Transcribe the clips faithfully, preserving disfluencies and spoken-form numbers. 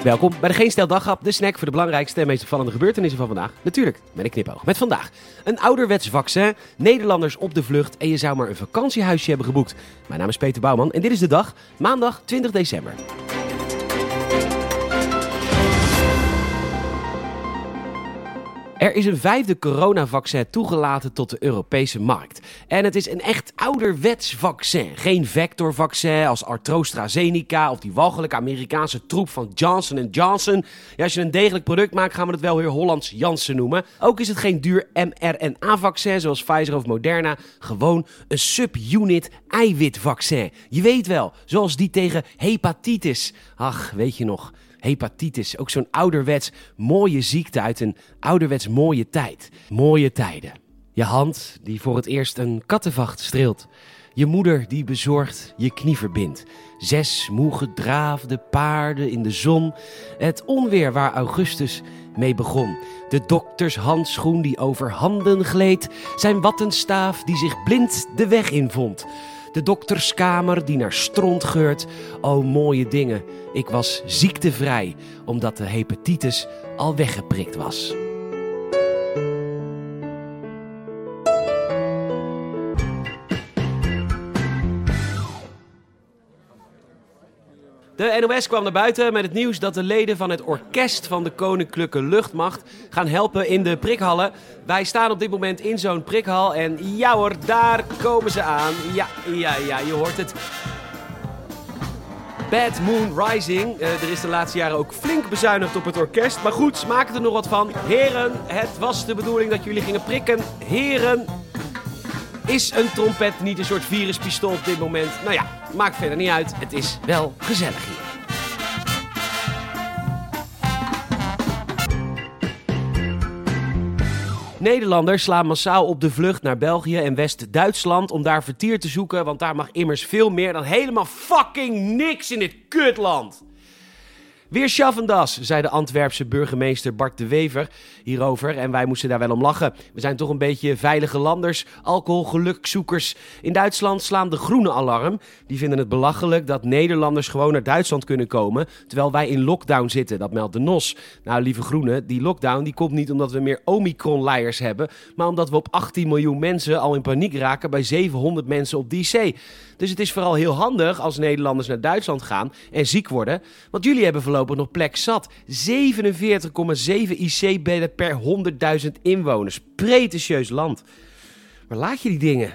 Welkom bij de Geen Stel Daghap, de snack voor de belangrijkste en meest opvallende gebeurtenissen van vandaag. Natuurlijk met een knipoog. Met vandaag een ouderwets vaccin, Nederlanders op de vlucht en je zou maar een vakantiehuisje hebben geboekt. Mijn naam is Peter Bouwman en dit is de dag, maandag twintig december. Er is een vijfde coronavaccin toegelaten tot de Europese markt. En het is een echt ouderwets vaccin. Geen vectorvaccin als AstraZeneca of die walgelijke Amerikaanse troep van Johnson en Johnson. Ja, als je een degelijk product maakt, gaan we het wel weer Hollands Janssen noemen. Ook is het geen duur mRNA-vaccin zoals Pfizer of Moderna. Gewoon een subunit eiwitvaccin. Je weet wel, zoals die tegen hepatitis. Ach, weet je nog... Hepatitis, ook zo'n ouderwets mooie ziekte uit een ouderwets mooie tijd. Mooie tijden. Je hand die voor het eerst een kattenvacht streelt. Je moeder die bezorgd je knie verbindt. Zes moe gedraafde paarden in de zon. Het onweer waar augustus mee begon. De doktershandschoen die over handen gleed. Zijn wattenstaaf die zich blind de weg in vond. De dokterskamer die naar stront geurt. O mooie dingen, ik was ziektevrij, omdat de hepatitis al weggeprikt was. De N O S kwam naar buiten met het nieuws dat de leden van het orkest van de Koninklijke Luchtmacht gaan helpen in de prikhallen. Wij staan op dit moment in zo'n prikhal en ja hoor, daar komen ze aan. Ja, ja, ja, je hoort het. Bad Moon Rising. Uh, er is de laatste jaren ook flink bezuinigd op het orkest. Maar goed, ze maken er nog wat van. Heren, het was de bedoeling dat jullie gingen prikken. Heren, is een trompet niet een soort viruspistool op dit moment? Nou ja, maakt verder niet uit. Het is wel gezellig hier. Nederlanders slaan massaal op de vlucht naar België en West-Duitsland om daar vertier te zoeken, want daar mag immers veel meer dan helemaal fucking niks in dit kutland. Weer schaffendas, zei de Antwerpse burgemeester Bart de Wever hierover en wij moesten daar wel om lachen. We zijn toch een beetje veilige landers, alcoholgelukzoekers. In Duitsland slaan de groenen alarm. Die vinden het belachelijk dat Nederlanders gewoon naar Duitsland kunnen komen, terwijl wij in lockdown zitten, dat meldt de N O S. Nou, lieve groenen, die lockdown die komt niet omdat we meer Omicron-leiers hebben, maar omdat we op achttien miljoen mensen al in paniek raken bij zevenhonderd mensen op D C. Dus het is vooral heel handig als Nederlanders naar Duitsland gaan en ziek worden, want jullie hebben voorlopig nog plek zat. zevenenveertig komma zeven I C-bedden per honderdduizend inwoners. Pretentieus land. Waar laat je die dingen?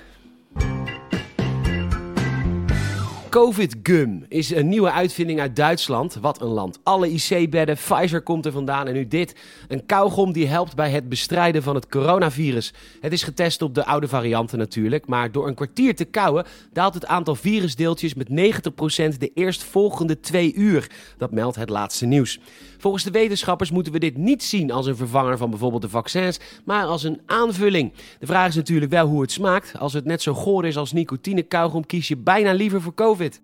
COVID-gum is een nieuwe uitvinding uit Duitsland. Wat een land. Alle I C-bedden, Pfizer komt er vandaan en nu dit. Een kauwgom die helpt bij het bestrijden van het coronavirus. Het is getest op de oude varianten natuurlijk, maar door een kwartier te kauwen daalt het aantal virusdeeltjes met negentig procent de eerstvolgende twee uur. Dat meldt het laatste nieuws. Volgens de wetenschappers moeten we dit niet zien als een vervanger van bijvoorbeeld de vaccins, maar als een aanvulling. De vraag is natuurlijk wel hoe het smaakt. Als het net zo goor is als nicotine kauwgom, kies je bijna liever voor COVID.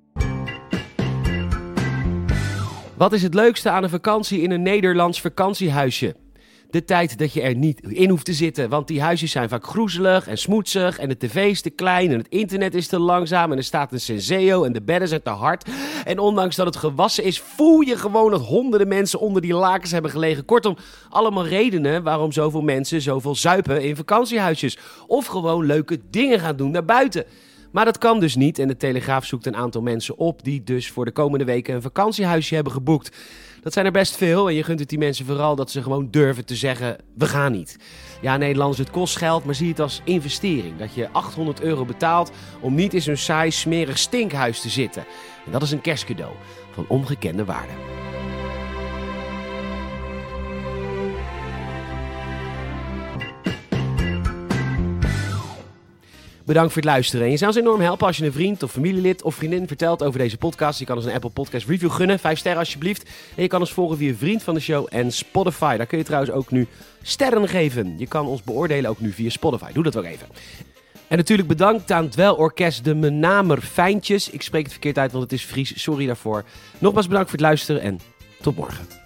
Wat is het leukste aan een vakantie in een Nederlands vakantiehuisje? De tijd dat je er niet in hoeft te zitten, want die huisjes zijn vaak groezelig en smoetsig en de tv is te klein en het internet is te langzaam en er staat een Senseo en de bedden zijn te hard. En ondanks dat het gewassen is, voel je gewoon dat honderden mensen onder die lakens hebben gelegen. Kortom, allemaal redenen waarom zoveel mensen zoveel zuipen in vakantiehuisjes. Of gewoon leuke dingen gaan doen naar buiten. Maar dat kan dus niet en de Telegraaf zoekt een aantal mensen op die dus voor de komende weken een vakantiehuisje hebben geboekt. Dat zijn er best veel en je gunt het die mensen vooral dat ze gewoon durven te zeggen, we gaan niet. Ja, Nederlanders, het kost geld, maar zie het als investering. Dat je achthonderd euro betaalt om niet in zo'n saai, smerig stinkhuis te zitten. En dat is een kerstcadeau van ongekende waarde. Bedankt voor het luisteren. En je zou ons enorm helpen als je een vriend of familielid of vriendin vertelt over deze podcast. Je kan ons een Apple Podcast review gunnen. Vijf sterren alsjeblieft. En je kan ons volgen via Vriend van de Show en Spotify. Daar kun je trouwens ook nu sterren geven. Je kan ons beoordelen ook nu via Spotify. Doe dat ook even. En natuurlijk bedankt aan het Dweilorkest de Menamer Fijntjes. Ik spreek het verkeerd uit, want het is Fries. Sorry daarvoor. Nogmaals bedankt voor het luisteren en tot morgen.